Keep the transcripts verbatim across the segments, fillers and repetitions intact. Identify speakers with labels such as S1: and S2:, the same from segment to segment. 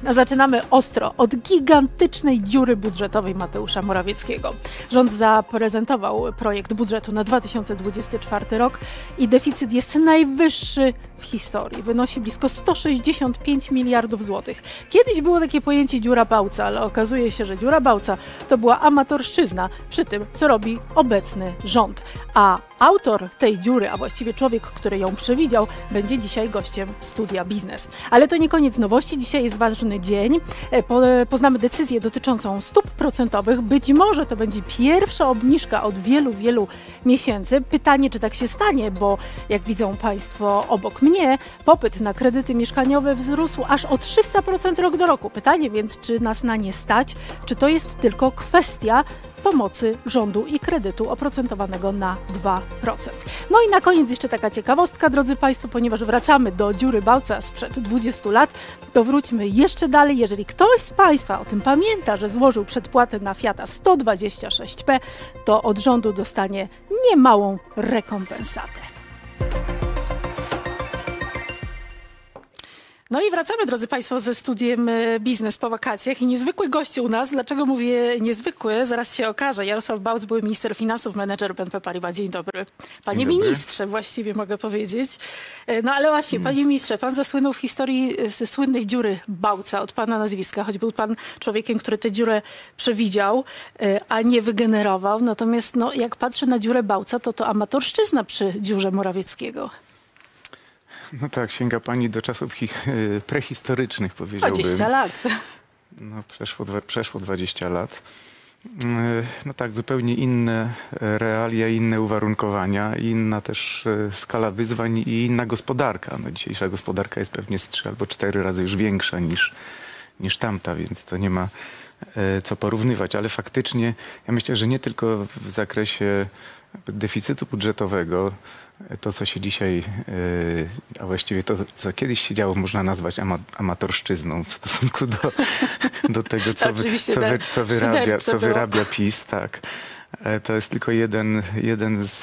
S1: Zaczynamy ostro od gigantycznej dziury budżetowej Mateusza Morawieckiego. Rząd zaprezentował projekt budżetu na dwa tysiące dwudziesty czwarty rok i deficyt jest najwyższy w historii. Wynosi blisko sto sześćdziesiąt pięć miliardów złotych. Kiedyś było takie pojęcie dziura Bałca, ale okazuje się, że dziura Bałca to była amatorszczyzna przy tym, co robi obecny rząd. A autor tej dziury, a właściwie człowiek, który ją przewidział, będzie dzisiaj gościem Studia Biznes. Ale to nie koniec nowości. Dzisiaj jest ważny dzień. Po, poznamy decyzję dotyczącą stóp procentowych. Być może to będzie pierwsza obniżka od wielu, wielu miesięcy. Pytanie, czy tak się stanie, bo jak widzą Państwo obok mnie, popyt na kredyty mieszkaniowe wzrósł aż o trzysta procent rok do roku. Pytanie więc, czy nas na nie stać, czy to jest tylko kwestia pomocy rządu i kredytu oprocentowanego na dwa procent. No i na koniec jeszcze taka ciekawostka, drodzy Państwo, ponieważ wracamy do dziury Bałca sprzed dwudziestu lat, to wróćmy jeszcze dalej. Jeżeli ktoś z Państwa o tym pamięta, że złożył przedpłatę na Fiata sto dwadzieścia sześć P, to od rządu dostanie niemałą rekompensatę. No i wracamy, drodzy Państwo, ze studiem Biznes po wakacjach i niezwykły gość u nas. Dlaczego mówię niezwykły? Zaraz się okaże. Jarosław Bałc, były minister finansów, menedżer B N P Paribas. Dzień dobry. Panie Dzień ministrze, dobry. Właściwie mogę powiedzieć. No ale właśnie, hmm. panie ministrze, pan zasłynął w historii ze słynnej dziury Bałca od pana nazwiska, choć był pan człowiekiem, który tę dziurę przewidział, a nie wygenerował. Natomiast no, jak patrzę na dziurę Bałca, to to amatorszczyzna przy dziurze Morawieckiego.
S2: No tak, sięga pani do czasów prehistorycznych, powiedziałbym.
S1: dwadzieścia lat.
S2: No, przeszło, przeszło dwadzieścia lat. No tak, zupełnie inne realia, inne uwarunkowania, inna też skala wyzwań i inna gospodarka. No, dzisiejsza gospodarka jest pewnie z trzy albo cztery razy już większa niż, niż tamta, więc to nie ma co porównywać. Ale faktycznie ja myślę, że nie tylko w zakresie deficytu budżetowego, to, co się dzisiaj, a właściwie to, co kiedyś się działo, można nazwać ama amatorszczyzną w stosunku do, do tego, co, wy, co, wy, co, wyrabia, co wyrabia PiS. Tak. To jest tylko jeden, jeden z,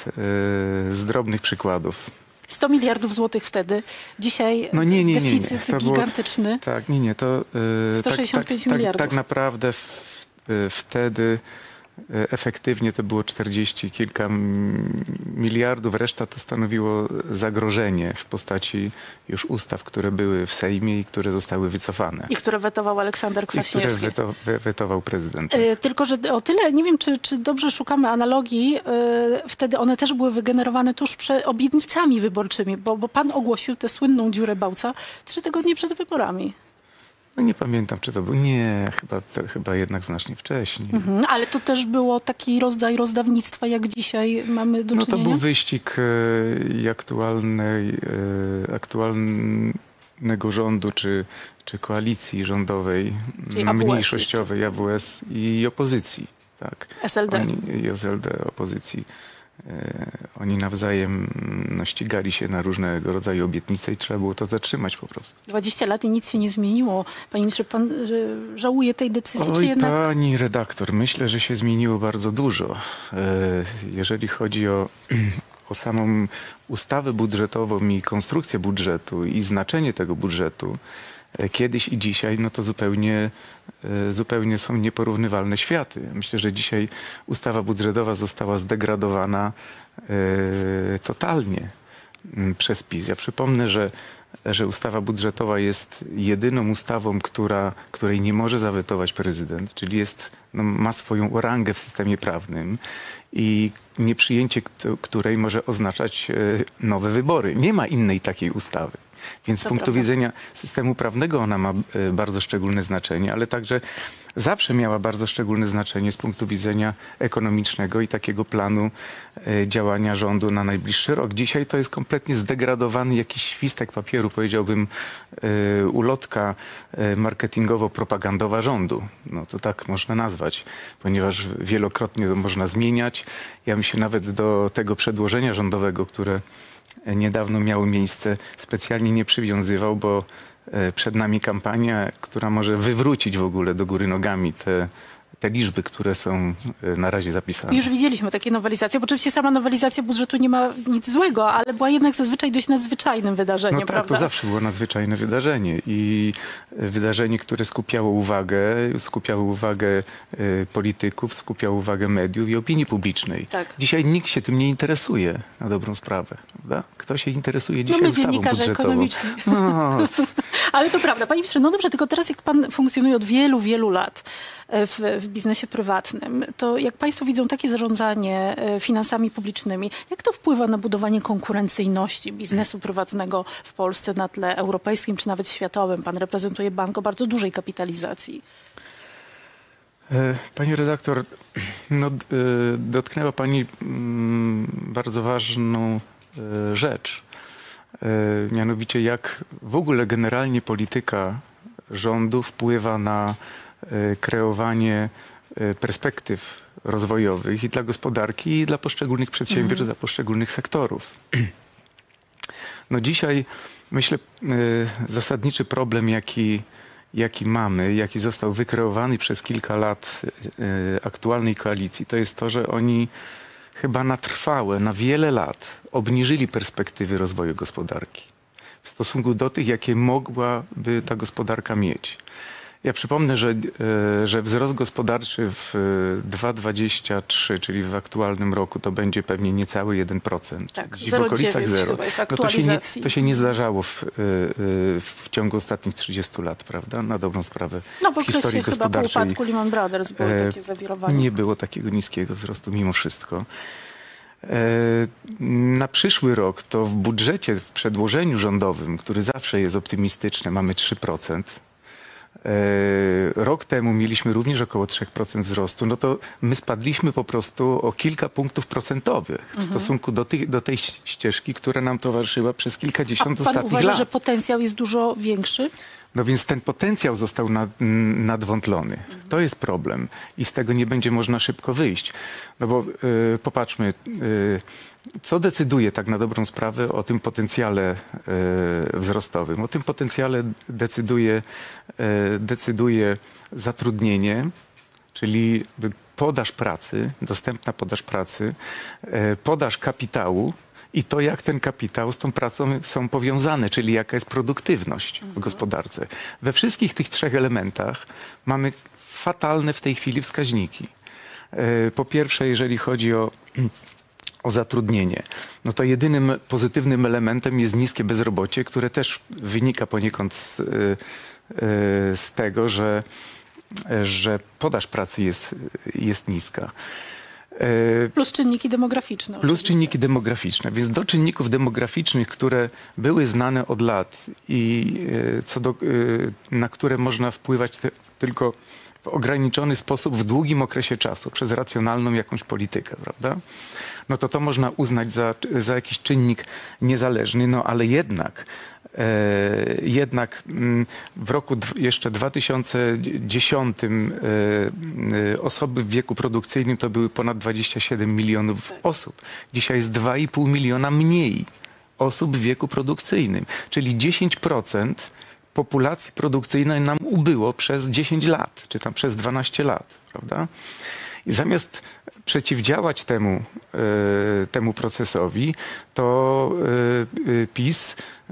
S2: z drobnych przykładów.
S1: sto miliardów złotych wtedy. Dzisiaj
S2: no nie, nie, nie,
S1: deficyt
S2: nie. To
S1: gigantyczny.
S2: Było, tak, nie, nie. To,
S1: sto sześćdziesiąt pięć
S2: tak,
S1: miliardów.
S2: Tak, tak naprawdę w, wtedy efektywnie to było czterdzieści kilka miliardów, reszta to stanowiło zagrożenie w postaci już ustaw, które były w Sejmie i które zostały wycofane.
S1: I które wetował Aleksander Kwaśniewski.
S2: I które weto, wetował prezydent.
S1: Yy, tylko, że o tyle, nie wiem, czy, czy dobrze szukamy analogii, yy, wtedy one też były wygenerowane tuż przed obietnicami wyborczymi, bo, bo pan ogłosił tę słynną dziurę Bałca trzy tygodnie przed wyborami.
S2: No nie pamiętam, czy to było. Nie, chyba, to, chyba jednak znacznie wcześniej.
S1: Mhm, ale to też było taki rodzaj rozdawnictwa, jak dzisiaj mamy do czynienia?
S2: No to był wyścig e, aktualnej, e, aktualnego rządu, czy, czy koalicji rządowej,
S1: Czyli A W S
S2: mniejszościowej, A W S i opozycji. Tak.
S1: S L D.
S2: Oni, i S L D, opozycji. E, oni nawzajem no, ścigali się na różnego rodzaju obietnice i trzeba było to zatrzymać po prostu.
S1: dwadzieścia lat i nic się nie zmieniło. Panie ministrze, pan żałuje tej decyzji,
S2: Oj,
S1: czy jednak...
S2: pani redaktor, myślę, że się zmieniło bardzo dużo. E, jeżeli chodzi o, o samą ustawę budżetową i konstrukcję budżetu i znaczenie tego budżetu, kiedyś i dzisiaj, no to zupełnie, zupełnie są nieporównywalne światy. Myślę, że dzisiaj ustawa budżetowa została zdegradowana e, totalnie przez PiS. Ja przypomnę, że, że ustawa budżetowa jest jedyną ustawą, która, której nie może zawetować prezydent, czyli jest, no, ma swoją rangę w systemie prawnym i nieprzyjęcie której może oznaczać nowe wybory. Nie ma innej takiej ustawy. Więc z punktu prawda. widzenia systemu prawnego ona ma e, bardzo szczególne znaczenie, ale także zawsze miała bardzo szczególne znaczenie z punktu widzenia ekonomicznego i takiego planu e, działania rządu na najbliższy rok. Dzisiaj to jest kompletnie zdegradowany jakiś świstek papieru, powiedziałbym e, ulotka e, marketingowo-propagandowa rządu. No to tak można nazwać, ponieważ wielokrotnie to można zmieniać. Ja bym się nawet do tego przedłożenia rządowego, które niedawno miało miejsce, specjalnie nie przywiązywał, bo przed nami kampania, która może wywrócić w ogóle do góry nogami te te liczby, które są na razie zapisane.
S1: Już widzieliśmy takie nowelizacje, bo oczywiście sama nowelizacja budżetu nie ma nic złego, ale była jednak zazwyczaj dość nadzwyczajnym wydarzeniem,
S2: no tak,
S1: prawda?
S2: To zawsze było nadzwyczajne wydarzenie i wydarzenie, które skupiało uwagę, skupiało uwagę y, polityków, skupiało uwagę mediów i opinii publicznej.
S1: Tak.
S2: Dzisiaj nikt się tym nie interesuje, na dobrą sprawę, prawda? Kto się interesuje dzisiaj
S1: no my,
S2: ustawą
S1: dziennikarze
S2: budżetową?
S1: ekonomiczni.
S2: No.
S1: Ale to prawda. Panie ministrze, no dobrze, tylko teraz jak pan funkcjonuje od wielu, wielu lat w, w biznesie prywatnym, to jak państwo widzą takie zarządzanie finansami publicznymi, jak to wpływa na budowanie konkurencyjności biznesu prywatnego w Polsce na tle europejskim czy nawet światowym? Pan reprezentuje bank o bardzo dużej kapitalizacji.
S2: Pani redaktor, no, dotknęła pani bardzo ważną rzecz. Mianowicie jak w ogóle generalnie polityka rządu wpływa na kreowanie perspektyw rozwojowych i dla gospodarki, i dla poszczególnych przedsiębiorstw, mhm. dla poszczególnych sektorów. No dzisiaj myślę zasadniczy problem, jaki, jaki mamy, jaki został wykreowany przez kilka lat aktualnej koalicji, to jest to, że oni chyba na trwałe, na wiele lat obniżyli perspektywy rozwoju gospodarki w stosunku do tych, jakie mogłaby ta gospodarka mieć. Ja przypomnę, że, że wzrost gospodarczy w dwa tysiące dwudziestym trzecim, czyli w aktualnym roku, to będzie pewnie niecały jeden procent.
S1: Tak,
S2: w okolicach zero.
S1: No
S2: to, się nie, to się nie zdarzało w, w ciągu ostatnich trzydziestu lat, prawda? Na dobrą sprawę.
S1: No w,
S2: w historii
S1: chyba
S2: gospodarczej
S1: po upadku Lehman Brothers były takie zawirowania.
S2: Nie było takiego niskiego wzrostu mimo wszystko. Na przyszły rok to w budżecie, w przedłożeniu rządowym, który zawsze jest optymistyczny, mamy trzy procent. Rok temu mieliśmy również około trzy procent wzrostu, no to my spadliśmy po prostu o kilka punktów procentowych w mhm. stosunku do, tych, do tej ścieżki, która nam towarzyszyła przez kilkadziesiąt
S1: A pan
S2: ostatnich
S1: uważa,
S2: lat.
S1: że potencjał jest dużo większy?
S2: No więc ten potencjał został nad, nadwątlony. Mhm. To jest problem i z tego nie będzie można szybko wyjść. No bo y, popatrzmy, y, co decyduje tak na dobrą sprawę o tym potencjale y, wzrostowym? O tym potencjale decyduje, y, decyduje zatrudnienie, czyli podaż pracy, dostępna podaż pracy, y, podaż kapitału, i to, jak ten kapitał z tą pracą są powiązane, czyli jaka jest produktywność w gospodarce. We wszystkich tych trzech elementach mamy fatalne w tej chwili wskaźniki. Po pierwsze, jeżeli chodzi o, o zatrudnienie, no to jedynym pozytywnym elementem jest niskie bezrobocie, które też wynika poniekąd z, z tego, że, że podaż pracy jest, jest niska.
S1: Plus czynniki demograficzne.
S2: Plus
S1: oczywiście.
S2: czynniki demograficzne. Więc do czynników demograficznych, które były znane od lat i co do, na które można wpływać te, tylko w ograniczony sposób w długim okresie czasu, przez racjonalną jakąś politykę, prawda? No to to można uznać za, za jakiś czynnik niezależny, no ale jednak E, jednak m, w roku d- jeszcze dwa tysiące dziesiątym e, e, osoby w wieku produkcyjnym to były ponad dwadzieścia siedem milionów
S1: tak.
S2: osób. Dzisiaj jest dwa i pół miliona mniej osób w wieku produkcyjnym, czyli dziesięć procent populacji produkcyjnej nam ubyło przez dziesięć lat, czy tam przez dwanaście lat, prawda? I zamiast przeciwdziałać temu, y, temu procesowi, to y, y, PiS y,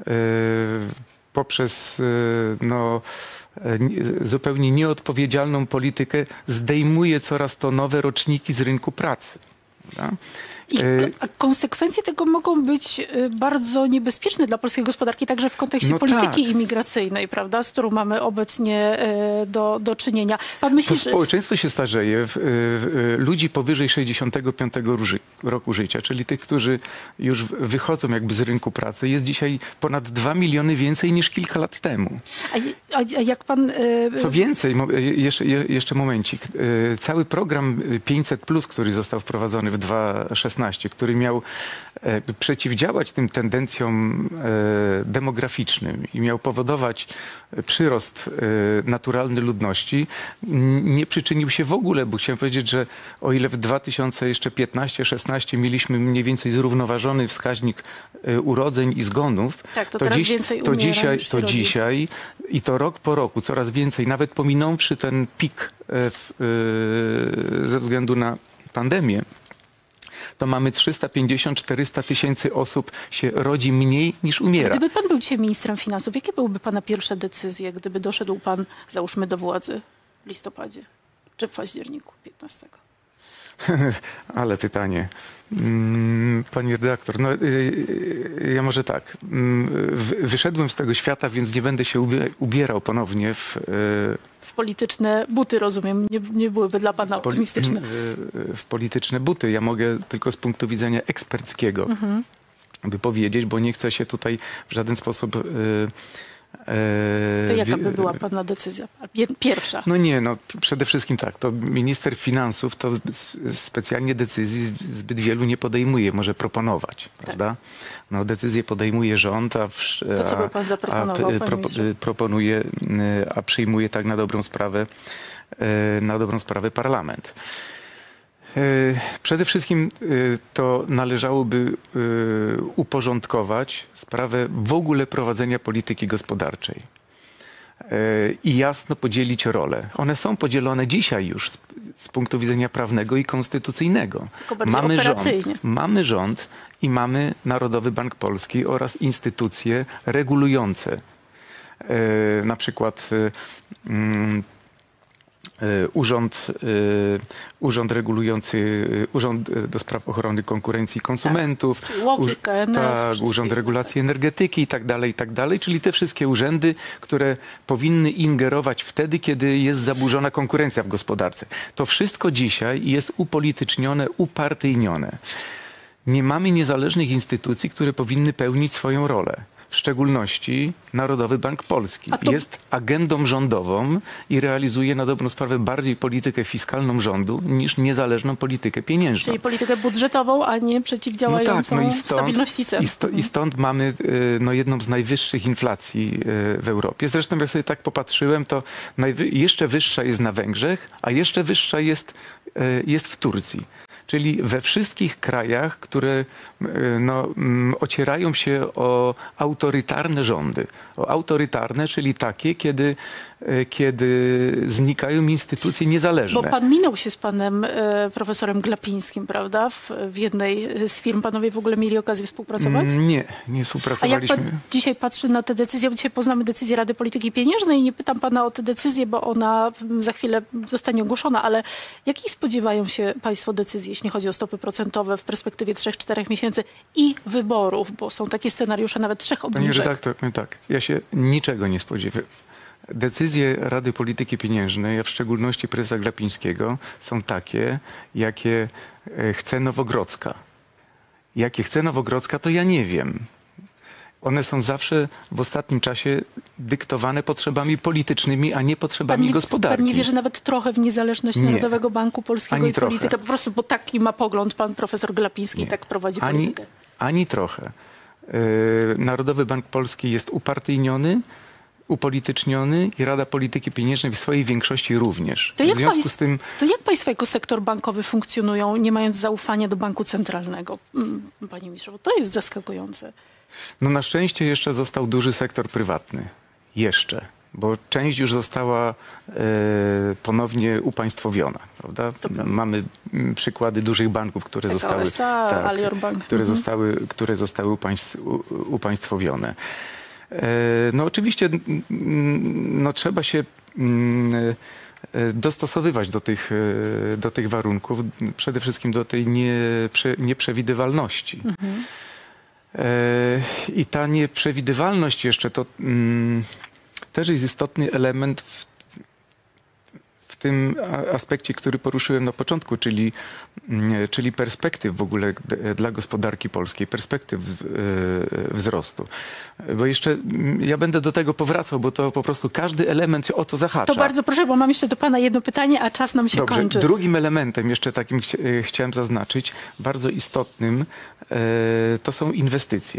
S2: poprzez y, no, y, zupełnie nieodpowiedzialną politykę zdejmuje coraz to nowe roczniki z rynku pracy. Prawda?
S1: I a konsekwencje tego mogą być bardzo niebezpieczne dla polskiej gospodarki, także w kontekście
S2: no
S1: polityki
S2: tak.
S1: imigracyjnej, prawda, z którą mamy obecnie do, do czynienia. Pan myśli, że...
S2: Społeczeństwo się starzeje. Ludzi powyżej sześćdziesiątego piątego roku życia, czyli tych, którzy już wychodzą jakby z rynku pracy, jest dzisiaj ponad dwa miliony więcej niż kilka lat temu.
S1: A, a, a jak pan...
S2: Co więcej, jeszcze, jeszcze momencik. Cały program pięćset plus, który został wprowadzony w dwa tysiące szesnastym, który miał e, przeciwdziałać tym tendencjom e, demograficznym i miał powodować przyrost e, naturalny ludności, nie przyczynił się w ogóle, bo chciałem powiedzieć, że o ile w dwa tysiące piętnastym szesnastym mieliśmy mniej więcej zrównoważony wskaźnik e, urodzeń i zgonów,
S1: tak, to,
S2: to,
S1: teraz
S2: dziś,
S1: więcej
S2: to
S1: umiera,
S2: dzisiaj,
S1: niż
S2: to
S1: rodzi.
S2: dzisiaj i to rok po roku, coraz więcej, nawet pominąwszy ten pik w, yy, ze względu na pandemię, to mamy trzysta pięćdziesiąt do czterystu tysięcy osób się rodzi mniej niż umiera.
S1: Gdyby pan był dzisiaj ministrem finansów, jakie byłyby pana pierwsze decyzje, gdyby doszedł pan, załóżmy, do władzy w listopadzie czy w październiku piętnastego?
S2: Ale pytanie. Pani redaktor, no, ja może tak. Wyszedłem z tego świata, więc nie będę się ubierał ponownie w...
S1: W polityczne buty, rozumiem. Nie, nie byłyby dla pana optymistyczne.
S2: W, w polityczne buty. Ja mogę tylko z punktu widzenia eksperckiego mhm. by powiedzieć, bo nie chcę się tutaj w żaden sposób...
S1: To jaka by była pana decyzja? Pierwsza.
S2: No nie, no przede wszystkim tak, to minister finansów to specjalnie decyzji zbyt wielu nie podejmuje, może proponować, prawda? Tak. No decyzję podejmuje rząd, a, w,
S1: to co by pan zaproponował,
S2: a pro, proponuje, a przyjmuje tak na dobrą sprawę, na dobrą sprawę parlament. Przede wszystkim to należałoby uporządkować sprawę w ogóle prowadzenia polityki gospodarczej i jasno podzielić role. One są podzielone dzisiaj już z, z punktu widzenia prawnego i konstytucyjnego. Mamy rząd, mamy rząd i mamy Narodowy Bank Polski oraz instytucje regulujące. Na przykład Urząd, urząd regulujący, Urząd do Spraw Ochrony Konkurencji i Konsumentów,
S1: tak, Łogika, N F,
S2: tak, Urząd Regulacji tak. Energetyki i tak dalej, i tak dalej, czyli te wszystkie urzędy, które powinny ingerować wtedy, kiedy jest zaburzona konkurencja w gospodarce. To wszystko dzisiaj jest upolitycznione, upartyjnione. Nie mamy niezależnych instytucji, które powinny pełnić swoją rolę. W szczególności Narodowy Bank Polski to... jest agendą rządową i realizuje na dobrą sprawę bardziej politykę fiskalną rządu niż niezależną politykę pieniężną.
S1: Czyli politykę budżetową, a nie przeciwdziałającą no tak, no i stąd, stabilności cen.
S2: I, sto, I stąd mamy no, jedną z najwyższych inflacji w Europie. Zresztą jak sobie tak popatrzyłem, to najwy... jeszcze wyższa jest na Węgrzech, a jeszcze wyższa jest, jest w Turcji. Czyli we wszystkich krajach, które no, ocierają się o autorytarne rządy. O autorytarne, czyli takie, kiedy, kiedy znikają instytucje niezależne.
S1: Bo pan minął się z panem e, profesorem Glapińskim, prawda? W, w jednej z firm. Panowie w ogóle mieli okazję współpracować?
S2: Nie, nie współpracowaliśmy.
S1: A jak pan dzisiaj patrzy na te decyzje, bo dzisiaj poznamy decyzję Rady Polityki Pieniężnej i nie pytam pana o tę decyzję, bo ona za chwilę zostanie ogłoszona, ale jakich spodziewają się państwo decyzji, jeśli chodzi o stopy procentowe w perspektywie trzech czterech miesięcy i wyborów, bo są takie scenariusze nawet trzech obniżek.
S2: Panie redaktor, tak, ja się niczego nie spodziewam. Decyzje Rady Polityki Pieniężnej, a w szczególności prezesa Glapińskiego, są takie, jakie chce Nowogrodzka. Jakie chce Nowogrodzka, to ja nie wiem. One są zawsze w ostatnim czasie dyktowane potrzebami politycznymi, a nie potrzebami
S1: pan nie,
S2: gospodarki.
S1: Pan nie wierzy nawet trochę w niezależność nie. Narodowego Banku Polskiego ani i trochę. Politykę? Po prostu, bo taki ma pogląd pan profesor Glapiński i tak prowadzi
S2: ani,
S1: politykę.
S2: Ani trochę. Yy, Narodowy Bank Polski jest upartyjniony, upolityczniony i Rada Polityki Pieniężnej w swojej większości również.
S1: To jak,
S2: w związku
S1: państw,
S2: z tym...
S1: to jak państwo jako sektor bankowy funkcjonują, nie mając zaufania do banku centralnego? Panie ministrze, bo to jest zaskakujące.
S2: No na szczęście jeszcze został duży sektor prywatny. Jeszcze. Bo część już została e, ponownie upaństwowiona. Prawda? Mamy m, przykłady dużych banków, które
S1: tak,
S2: zostały,
S1: O S A,
S2: tak,
S1: Alior Bank.
S2: które
S1: mhm.
S2: zostały, które zostały upaństw, u, upaństwowione. E, no oczywiście no, trzeba się m, dostosowywać do tych, do tych warunków, przede wszystkim do tej nieprze, nieprzewidywalności. Mhm. I ta nieprzewidywalność jeszcze to mm, też jest istotny element w, w tym aspekcie, który poruszyłem na początku, czyli, mm, czyli perspektyw w ogóle d- dla gospodarki polskiej, perspektyw y, wzrostu. Bo jeszcze ja będę do tego powracał, bo to po prostu każdy element o to zahacza.
S1: To bardzo proszę, bo mam jeszcze do pana jedno pytanie, a czas nam się
S2: Dobrze.
S1: kończy.
S2: Drugim elementem jeszcze takim chci chciałem zaznaczyć, bardzo istotnym, to są inwestycje.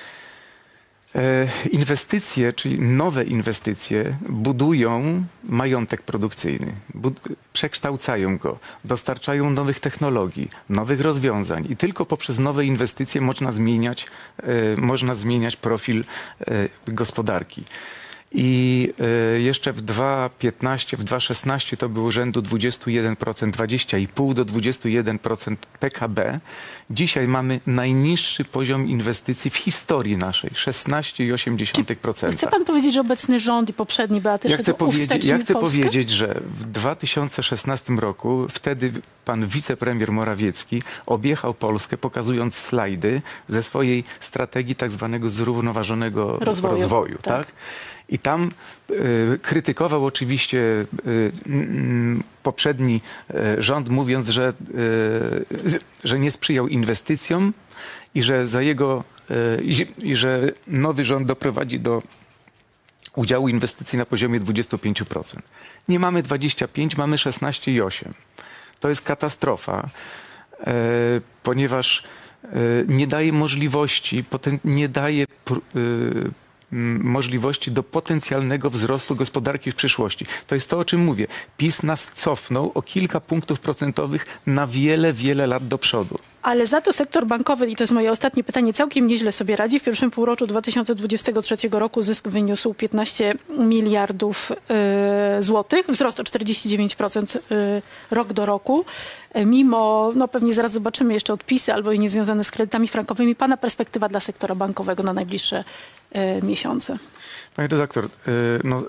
S2: Inwestycje, czyli nowe inwestycje budują majątek produkcyjny, bud przekształcają go, dostarczają nowych technologii, nowych rozwiązań i tylko poprzez nowe inwestycje można zmieniać, można zmieniać profil gospodarki. I y, jeszcze w dwa tysiące piętnastym, w dwa tysiące szesnastym to był rzędu dwadzieścia jeden procent, dwadzieścia i pół do dwudziestu jeden procent P K B. Dzisiaj mamy najniższy poziom inwestycji w historii naszej, szesnaście przecinek osiem procent.
S1: Chce pan powiedzieć, że obecny rząd i poprzedni Beaty
S2: Ja chcę, powiedzieć, ja chcę
S1: Polskę?
S2: powiedzieć, że w dwa tysiące szesnastym roku wtedy pan wicepremier Morawiecki objechał Polskę, pokazując slajdy ze swojej strategii tak zwanego zrównoważonego rozwoju. rozwoju tak? Tak? I tam y, krytykował oczywiście y, y, poprzedni y, rząd, mówiąc, że, y, że nie sprzyjał inwestycjom i że za jego y, i, i że nowy rząd doprowadzi do udziału inwestycji na poziomie dwadzieścia pięć procent. Nie mamy dwadzieścia pięć, mamy szesnaście i osiem. To jest katastrofa, y, ponieważ y, nie daje możliwości, potem nie daje y, możliwości do potencjalnego wzrostu gospodarki w przyszłości. To jest to, o czym mówię. PiS nas cofnął o kilka punktów procentowych na wiele, wiele lat do przodu.
S1: Ale za to sektor bankowy, i to jest moje ostatnie pytanie, całkiem nieźle sobie radzi. W pierwszym półroczu dwa tysiące dwudziestego trzeciego roku zysk wyniósł piętnaście miliardów y, złotych, wzrost o czterdzieści dziewięć procent y, rok do roku. Y, mimo, no pewnie zaraz zobaczymy jeszcze odpisy albo i niezwiązane z kredytami frankowymi. Pana perspektywa dla sektora bankowego na najbliższe y, miesiące?
S2: Panie redaktor, y, no,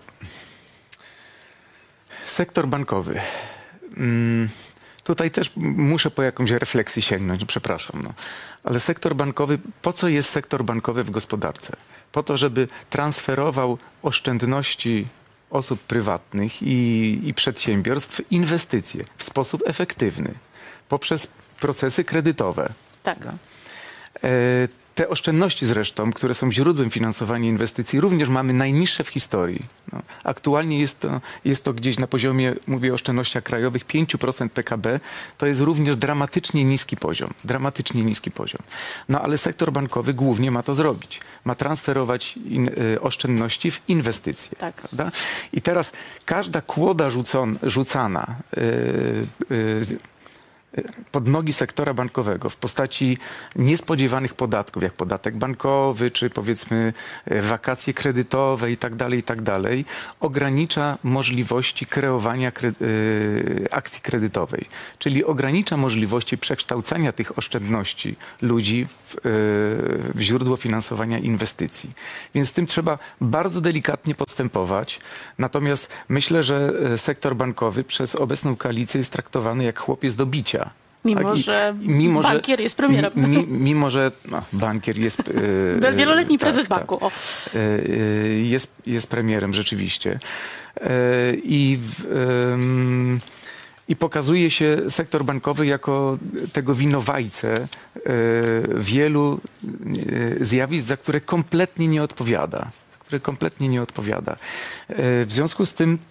S2: sektor bankowy. Mm. Tutaj też muszę po jakąś refleksji sięgnąć, przepraszam. No. Ale sektor bankowy, po co jest sektor bankowy w gospodarce? Po to, żeby transferował oszczędności osób prywatnych i, i przedsiębiorstw w inwestycje w sposób efektywny, poprzez procesy kredytowe.
S1: Tak.
S2: E, Te oszczędności zresztą, które są źródłem finansowania inwestycji, również mamy najniższe w historii. No, aktualnie jest to, jest to gdzieś na poziomie, mówię o oszczędnościach krajowych, pięć procent P K B. To jest również dramatycznie niski poziom. Dramatycznie niski poziom. No ale sektor bankowy głównie ma to zrobić. Ma transferować in, y, oszczędności w inwestycje.
S1: Tak.
S2: Prawda? I teraz każda kłoda rzucon, rzucana y, y, pod nogi sektora bankowego w postaci niespodziewanych podatków, jak podatek bankowy, czy powiedzmy wakacje kredytowe i tak dalej, i tak dalej, ogranicza możliwości kreowania kre akcji kredytowej. Czyli ogranicza możliwości przekształcania tych oszczędności ludzi w, w źródło finansowania inwestycji. Więc z tym trzeba bardzo delikatnie postępować. Natomiast myślę, że sektor bankowy przez obecną koalicję jest traktowany jak chłopiec do bicia.
S1: Mimo,
S2: tak? I,
S1: że
S2: mimo,
S1: bankier
S2: że,
S1: jest premierem.
S2: Mi, mimo, że no, bankier jest...
S1: Yy, Wieloletni prezes
S2: tak,
S1: banku.
S2: Tak. Yy, jest, jest premierem rzeczywiście. Yy, i, yy, I pokazuje się sektor bankowy jako tego winowajcę yy, wielu yy, zjawisk, za które kompletnie nie odpowiada. Które kompletnie nie odpowiada. Yy, w związku z tym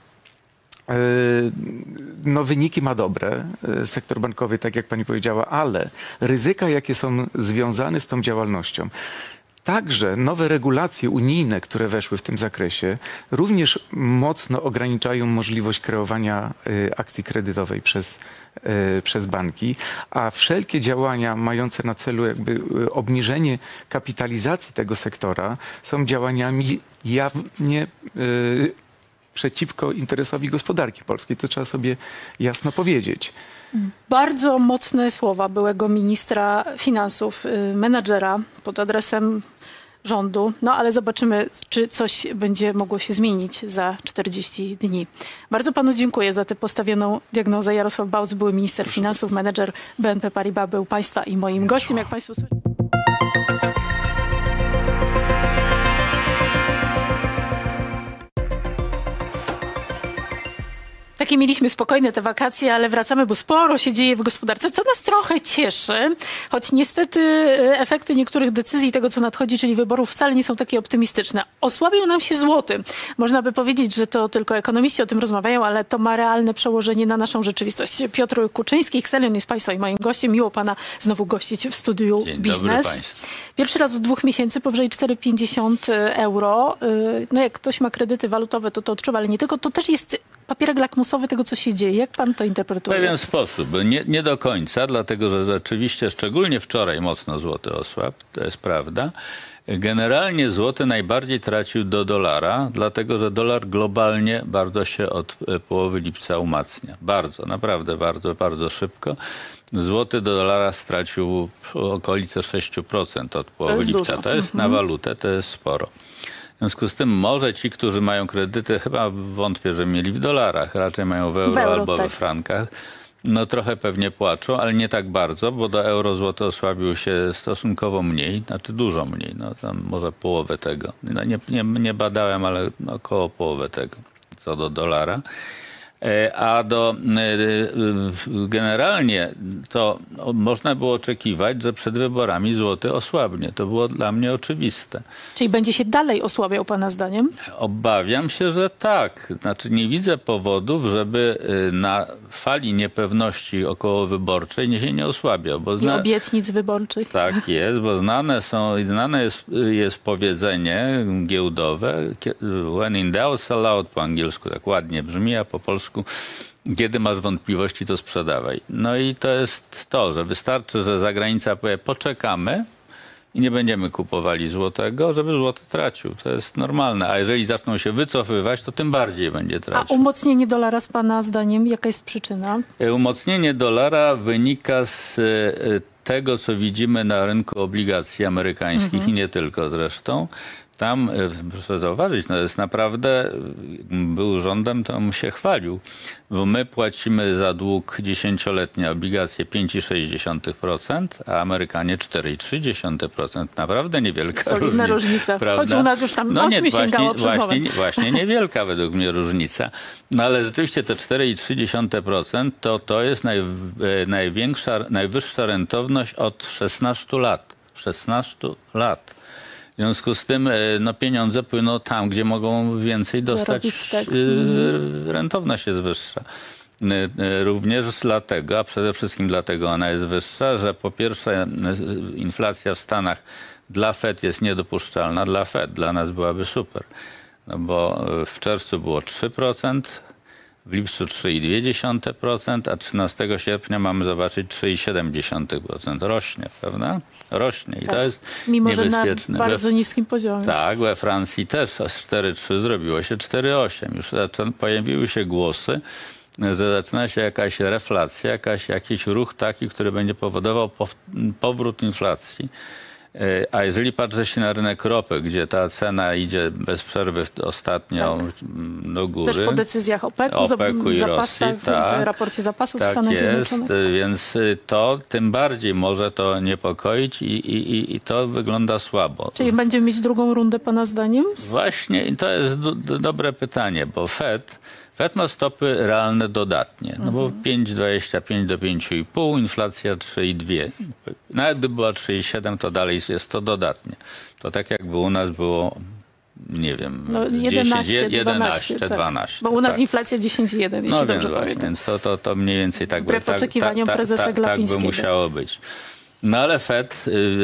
S2: no wyniki ma dobre, sektor bankowy, tak jak pani powiedziała, ale ryzyka, jakie są związane z tą działalnością, także nowe regulacje unijne, które weszły w tym zakresie, również mocno ograniczają możliwość kreowania akcji kredytowej przez, przez banki, a wszelkie działania mające na celu jakby obniżenie kapitalizacji tego sektora są działaniami jawnie przeciwko interesowi gospodarki polskiej. To trzeba sobie jasno powiedzieć.
S1: Bardzo mocne słowa byłego ministra finansów, menadżera pod adresem rządu. No ale zobaczymy, czy coś będzie mogło się zmienić za czterdzieści dni. Bardzo panu dziękuję za tę postawioną diagnozę. Jarosław Bauc, były minister finansów, menedżer B N P Paribas, był państwa i moim gościem. Jak państwo słyszą. Takie mieliśmy spokojne te wakacje, ale wracamy, bo sporo się dzieje w gospodarce, co nas trochę cieszy, choć niestety efekty niektórych decyzji tego, co nadchodzi, czyli wyborów, wcale nie są takie optymistyczne. Osłabił nam się złoty. Można by powiedzieć, że to tylko ekonomiści o tym rozmawiają, ale to ma realne przełożenie na naszą rzeczywistość. Piotr Kuczyński, Xelion jest państwa i moim gościem. Miło pana znowu gościć w studiu
S3: Dzień
S1: Biznes.
S3: dobry państwu.
S1: Pierwszy raz od dwóch miesięcy powyżej cztery pięćdziesiąt euro. No jak ktoś ma kredyty walutowe, to to odczuwa, ale nie tylko. To też jest papierek lakmusowy tego, co się dzieje. Jak pan to interpretuje?
S3: W pewien sposób. Nie, nie do końca, dlatego że rzeczywiście, szczególnie wczoraj mocno złoty osłabł, to jest prawda. Generalnie złoty najbardziej tracił do dolara, dlatego że dolar globalnie bardzo się od połowy lipca umacnia. Bardzo, naprawdę bardzo, bardzo szybko. Złoty do dolara stracił okolice sześć procent od połowy lipca.
S1: Dużo.
S3: To jest
S1: Mhm.
S3: na walutę, to jest sporo. W związku z tym może ci, którzy mają kredyty, chyba wątpię, że mieli w dolarach, raczej mają w euro,
S1: W euro,
S3: albo
S1: tak.
S3: we frankach. No trochę pewnie płaczą, ale nie tak bardzo, bo do euro złoty osłabił się stosunkowo mniej, znaczy dużo mniej, no tam może połowę tego. No, nie, nie, nie badałem, ale około połowę tego, co do dolara. A do generalnie to można było oczekiwać, że przed wyborami złoty osłabnie. To było dla mnie oczywiste.
S1: Czyli będzie się dalej osłabiał pana zdaniem?
S3: Obawiam się, że tak. Znaczy nie widzę powodów, żeby na fali niepewności okołowyborczej nie się nie osłabiał. Bo
S1: I
S3: zna...
S1: obietnic wyborczych.
S3: Tak jest, bo znane są, znane jest, jest powiedzenie giełdowe when in doubt sell out po angielsku, tak ładnie brzmi, a po polsku kiedy masz wątpliwości, to sprzedawaj. No i to jest to, że wystarczy, że zagranica powie poczekamy i nie będziemy kupowali złotego, żeby złoty tracił. To jest normalne. A jeżeli zaczną się wycofywać, to tym bardziej będzie
S1: A
S3: tracił.
S1: umocnienie dolara z pana zdaniem, jaka jest przyczyna?
S3: Umocnienie dolara wynika z y, tego, co widzimy na rynku obligacji amerykańskich mhm. i nie tylko zresztą. Tam, y, proszę zauważyć, no jest naprawdę, był rządem, to mu się chwalił, bo my płacimy za dług dziesięcioletnie obligacje pięć przecinek sześć procent, a Amerykanie cztery przecinek trzy procent. Naprawdę niewielka
S1: Solidna
S3: różnica.
S1: różnica.
S3: Prawda?
S1: Choć u nas już tam
S3: no
S1: ośmiu
S3: nie,
S1: sięgało
S3: właśnie,
S1: przez
S3: właśnie,
S1: moment.
S3: właśnie niewielka według mnie różnica. No ale rzeczywiście te cztery przecinek trzy procent to, to jest naj, największa, najwyższa rentowność od szesnastu lat. szesnastu lat. W związku z tym no, pieniądze płyną tam, gdzie mogą więcej dostać.
S1: Zarobić, tak.
S3: y, rentowność jest wyższa. Y, y, również dlatego, a przede wszystkim dlatego ona jest wyższa, że po pierwsze y, inflacja w Stanach dla Fed jest niedopuszczalna. Dla Fed, dla nas byłaby super. No bo w czerwcu było trzy procent, w lipcu trzy przecinek dwa procent, a trzynastego sierpnia mamy zobaczyć trzy przecinek siedem procent. Rośnie, prawda? Rośnie i
S1: tak.
S3: to jest
S1: Mimo,
S3: niebezpieczne.
S1: że na bardzo
S3: we,
S1: niskim poziomie.
S3: Tak, we Francji też z cztery przecinek trzy zrobiło się cztery przecinek osiem. Już pojawiły się głosy, że zaczyna się jakaś reflacja, jakaś, jakiś ruch taki, który będzie powodował powrót inflacji. A jeżeli patrzy się na rynek ropy, gdzie ta cena idzie bez przerwy ostatnio tak. do góry.
S1: Też po decyzjach OPEC-u,
S3: OPEC-u i
S1: zapasach,
S3: Rosji, tak,
S1: w raporcie zapasów
S3: tak
S1: Stanów
S3: jest,
S1: Zjednoczonych.
S3: Więc to tym bardziej może to niepokoić i, i, i to wygląda słabo.
S1: Czyli będziemy mieć drugą rundę pana zdaniem?
S3: Właśnie i to jest do, do, dobre pytanie, bo Fed Fed ma stopy realne dodatnie, no bo pięć przecinek dwadzieścia pięć do pięć przecinek pięć, inflacja trzy przecinek dwa. Nawet gdyby była trzy przecinek siedem, to dalej jest to dodatnie. To tak jakby u nas było, nie wiem,
S1: no,
S3: jedenaście,
S1: jedenaście,
S3: jedenaście,
S1: dwanaście,
S3: dwanaście.
S1: Bo u nas
S3: tak.
S1: inflacja dziesięć przecinek jeden, jeśli
S3: no
S1: dobrze
S3: więc właśnie,
S1: pamiętam.
S3: więc to, to, to mniej więcej tak,
S1: Wbrew
S3: tak,
S1: oczekiwaniom
S3: tak,
S1: prezesa
S3: tak, tak, tak by
S1: Glapińskiego.
S3: musiało być. No ale Fed,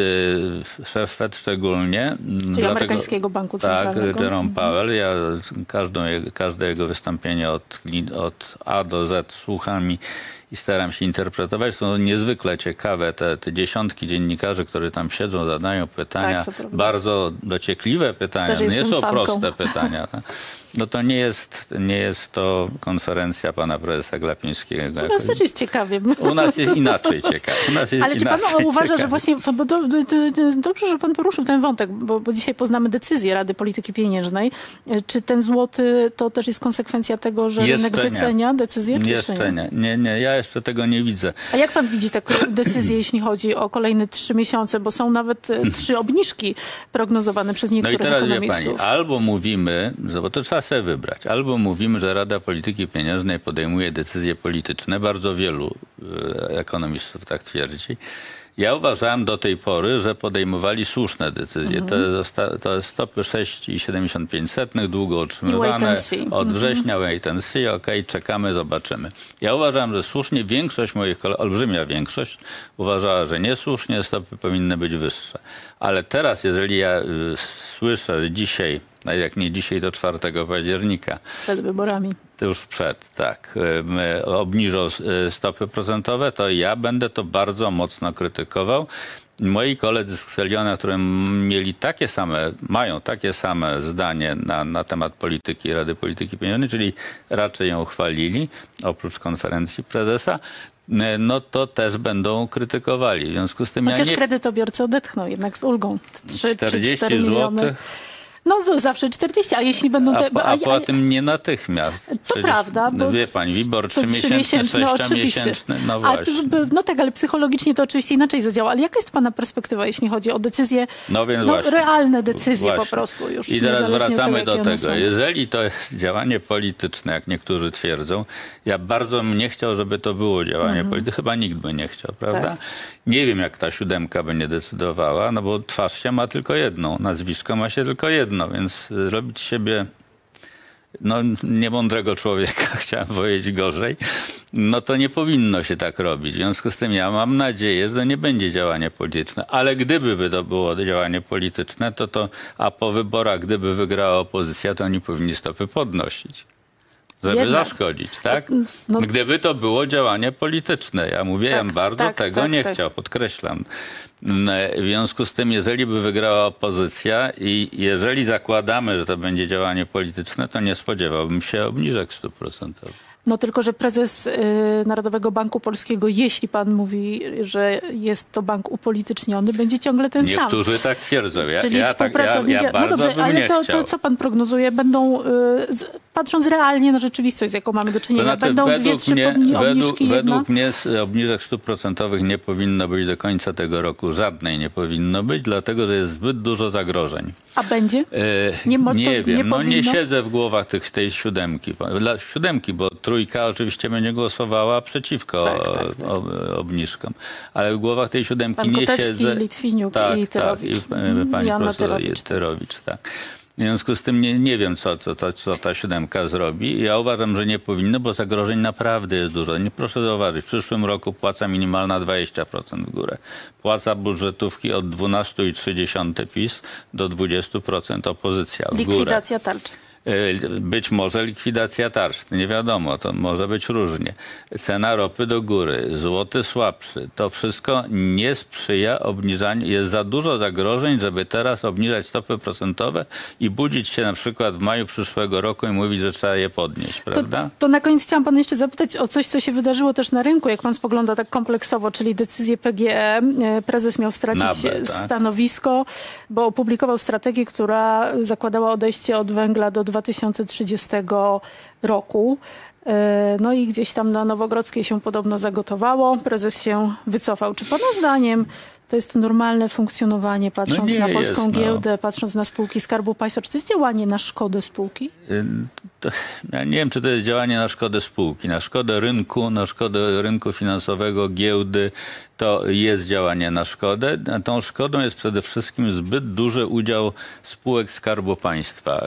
S3: yy, szef Fed szczególnie.
S1: Czyli
S3: dlatego,
S1: amerykańskiego banku centralnego.
S3: Tak, Jerome Powell. Ja każdą, każde jego wystąpienie od, od A do Z słucham i, i staram się interpretować. Są niezwykle ciekawe te, te dziesiątki dziennikarzy, którzy tam siedzą, zadają pytania.
S1: Tak,
S3: bardzo dociekliwe pytania.
S1: Też
S3: nie są
S1: fanką.
S3: proste pytania. Tak? No to nie jest, nie jest to konferencja pana prezesa Glapińskiego.
S1: U nas też jest ciekawie.
S3: U nas jest inaczej ciekawe. U nas jest
S1: Ale czy pan uważa, ciekawie. że właśnie, bo do, do, do, dobrze, że pan poruszył ten wątek, bo, bo dzisiaj poznamy decyzję Rady Polityki Pieniężnej. Czy ten złoty to też jest konsekwencja tego, że
S3: jeszcze
S1: rynek wycenia
S3: nie.
S1: decyzję? Czy
S3: jeszcze nie? nie? Nie, nie, ja jeszcze tego nie widzę.
S1: A jak pan widzi taką decyzję, jeśli chodzi o kolejne trzy miesiące, bo są nawet trzy obniżki prognozowane przez niektórych
S3: no i teraz
S1: ekonomistów.
S3: wie pani, albo mówimy, bo to trzeba sobie wybrać, albo mówimy, że Rada Polityki Pieniężnej podejmuje decyzje polityczne. Bardzo wielu e, ekonomistów tak twierdzi. Ja uważałem do tej pory, że podejmowali słuszne decyzje. Mhm. To, jest, to jest stopy sześć przecinek siedemdziesiąt pięć, długo utrzymywane. Od września wait and see, ok, czekamy, zobaczymy. Ja uważałem, że słusznie. Większość moich kolegów, olbrzymia większość, uważała, że niesłusznie, stopy powinny być wyższe. Ale teraz, jeżeli ja y, słyszę, że dzisiaj, no jak nie dzisiaj, to czwartego października.
S1: Przed wyborami.
S3: To już przed, tak. Obniżą stopy procentowe, to ja będę to bardzo mocno krytykował moi koledzy z Xeliona, którzy mieli takie same, mają takie same zdanie na, na temat polityki, Rady Polityki Pieniężnej, czyli raczej ją chwalili, oprócz konferencji prezesa, no to też będą krytykowali. W związku z tym
S1: Chociaż
S3: ja nie...
S1: kredytobiorcy odetchną jednak z ulgą. trzy czy cztery miliony.
S3: złotych.
S1: No to zawsze czterdzieści, a jeśli będą te...
S3: A, po, a poza tym nie natychmiast.
S1: To
S3: Przecież,
S1: prawda. Bo
S3: wie pani, WIBOR
S1: to
S3: trzymiesięczny,
S1: no,
S3: sześciomiesięczny, no
S1: ale,
S3: właśnie.
S1: no tak, ale psychologicznie to oczywiście inaczej zadziała. Ale jaka jest pana perspektywa, jeśli chodzi o decyzje,
S3: no, więc
S1: no,
S3: właśnie,
S1: realne decyzje
S3: właśnie.
S1: po prostu już.
S3: I teraz wracamy
S1: od tego,
S3: do tego. Jeżeli to jest działanie polityczne, jak niektórzy twierdzą, ja bardzo bym nie chciał, żeby to było działanie mhm. polityczne. Chyba nikt by nie chciał, prawda? Tak. Nie wiem, jak ta siódemka by nie decydowała, no bo twarz się ma tylko jedną, nazwisko ma się tylko jedno, więc robić siebie no, niemądrego człowieka, chciałem powiedzieć gorzej, no to nie powinno się tak robić. W związku z tym ja mam nadzieję, że to nie będzie działanie polityczne. Ale gdyby to było działanie polityczne, to to, a po wyborach, gdyby wygrała opozycja, to oni powinni stopy podnosić. Żeby Jednak. zaszkodzić, tak? No. Gdyby to było działanie polityczne. Ja mówię, tak, ja bardzo tak, tego tak, nie tak. chciał, podkreślam. W związku z tym, jeżeli by wygrała opozycja i jeżeli zakładamy, że to będzie działanie polityczne, to nie spodziewałbym się obniżek stóp procentowych.
S1: No tylko, że prezes y, Narodowego Banku Polskiego, jeśli pan mówi, że jest to bank upolityczniony, będzie ciągle ten
S3: Niektórzy
S1: sam.
S3: Niektórzy tak twierdzą. Ja,
S1: Czyli
S3: ja,
S1: współpracownik...
S3: tak, ja, ja
S1: no dobrze, ale to, to co pan prognozuje, będą, y, z, patrząc realnie na rzeczywistość, z jaką mamy do czynienia,
S3: to znaczy,
S1: będą dwie, trzy mnie, obniżki
S3: według,
S1: jedna?
S3: według mnie obniżek stóp procentowych nie powinno być do końca tego roku. Żadnej nie powinno być, dlatego, że jest zbyt dużo zagrożeń.
S1: A będzie?
S3: E, nie, nie wiem. Nie, no, nie siedzę w głowach tych, tej siódemki. Dla siódemki, bo trójka oczywiście będzie głosowała przeciwko tak, tak, tak. obniżkom. Ale w głowach tej siódemki
S1: Pan
S3: nie
S1: Kotecki,
S3: siedzę.
S1: Litwiniuk
S3: tak,
S1: i Tyrowicz.
S3: Tak, i pani
S1: Joanna
S3: profesor
S1: Tyrowicz.
S3: Tyrowicz, tak. W związku z tym nie, nie wiem, co, co, ta, co ta siódemka zrobi. Ja uważam, że nie powinno, bo zagrożeń naprawdę jest dużo. Nie, proszę zauważyć, w przyszłym roku płaca minimalna dwadzieścia procent w górę. Płaca budżetówki od dwanaście przecinek trzy PiS do dwadzieścia procent opozycja w górę.
S1: Likwidacja tarczy.
S3: Być może likwidacja tarcz, nie wiadomo, to może być różnie. Cena ropy do góry, złoty słabszy, to wszystko nie sprzyja obniżaniu. Jest za dużo zagrożeń, żeby teraz obniżać stopy procentowe i budzić się na przykład w maju przyszłego roku i mówić, że trzeba je podnieść, prawda?
S1: To, to na koniec chciałam pana jeszcze zapytać o coś, co się wydarzyło też na rynku, jak pan spogląda tak kompleksowo, czyli decyzję P G E. Prezes miał stracić Nabe, tak? stanowisko, bo opublikował strategię, która zakładała odejście od węgla do dwa tysiące trzydziestego roku. No i gdzieś tam na Nowogrodzkiej się podobno zagotowało. Prezes się wycofał. Czy pana zdaniem to jest normalne funkcjonowanie, patrząc no na polską jest, giełdę, no. patrząc na spółki Skarbu Państwa? Czy to jest działanie na szkodę spółki?
S3: To, ja nie wiem, czy to jest działanie na szkodę spółki. Na szkodę rynku, na szkodę rynku finansowego, giełdy. To jest działanie na szkodę. A tą szkodą jest przede wszystkim zbyt duży udział spółek Skarbu Państwa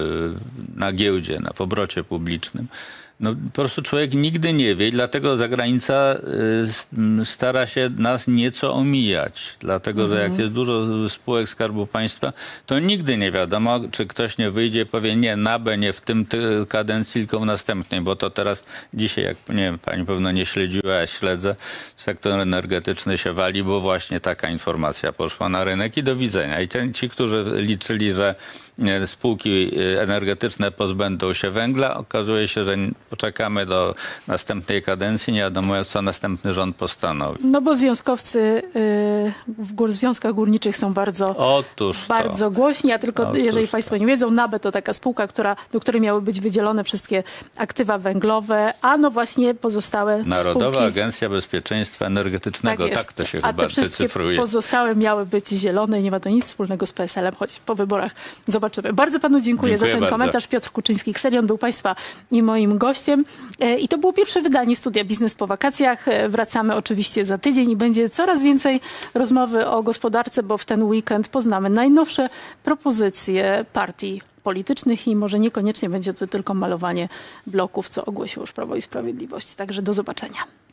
S3: na giełdzie, na w obrocie publicznym. No, po prostu człowiek nigdy nie wie, dlatego zagranica y, stara się nas nieco omijać. Dlatego, mhm. że jak jest dużo spółek Skarbu Państwa, to nigdy nie wiadomo, czy ktoś nie wyjdzie i powie nie, NABE, nie w tym ty- kadencji, tylko w następnej, bo to teraz dzisiaj, jak nie wiem, pani pewno nie śledziła, ja śledzę, sektor energetyczny się wali, bo właśnie taka informacja poszła na rynek i do widzenia. I ten, ci, którzy liczyli, że spółki energetyczne pozbędą się węgla, okazuje się, że poczekamy do następnej kadencji, nie wiadomo, co następny rząd postanowi.
S1: No bo związkowcy yy, w gór, związkach górniczych są bardzo,
S3: Otóż
S1: bardzo
S3: to.
S1: głośni, a tylko
S3: Otóż
S1: jeżeli
S3: to.
S1: państwo nie wiedzą, NABE to taka spółka, która, do której miały być wydzielone wszystkie aktywa węglowe, a no właśnie pozostałe
S3: Narodowa
S1: spółki.
S3: Agencja Bezpieczeństwa Energetycznego, tak, tak to się
S1: a
S3: chyba
S1: te wszystkie
S3: decyfruje.
S1: pozostałe miały być zielone i nie ma to nic wspólnego z P S L-em, choć po wyborach zobaczymy. Bardzo panu dziękuję, dziękuję za ten bardzo. komentarz. Piotr Kuczyński, Xelion, był państwa i moim gościem. I to było pierwsze wydanie Studia Biznes po wakacjach. Wracamy oczywiście za tydzień i będzie coraz więcej rozmowy o gospodarce, bo w ten weekend poznamy najnowsze propozycje partii politycznych i może niekoniecznie będzie to tylko malowanie bloków, co ogłosiło już Prawo i Sprawiedliwość. Także do zobaczenia.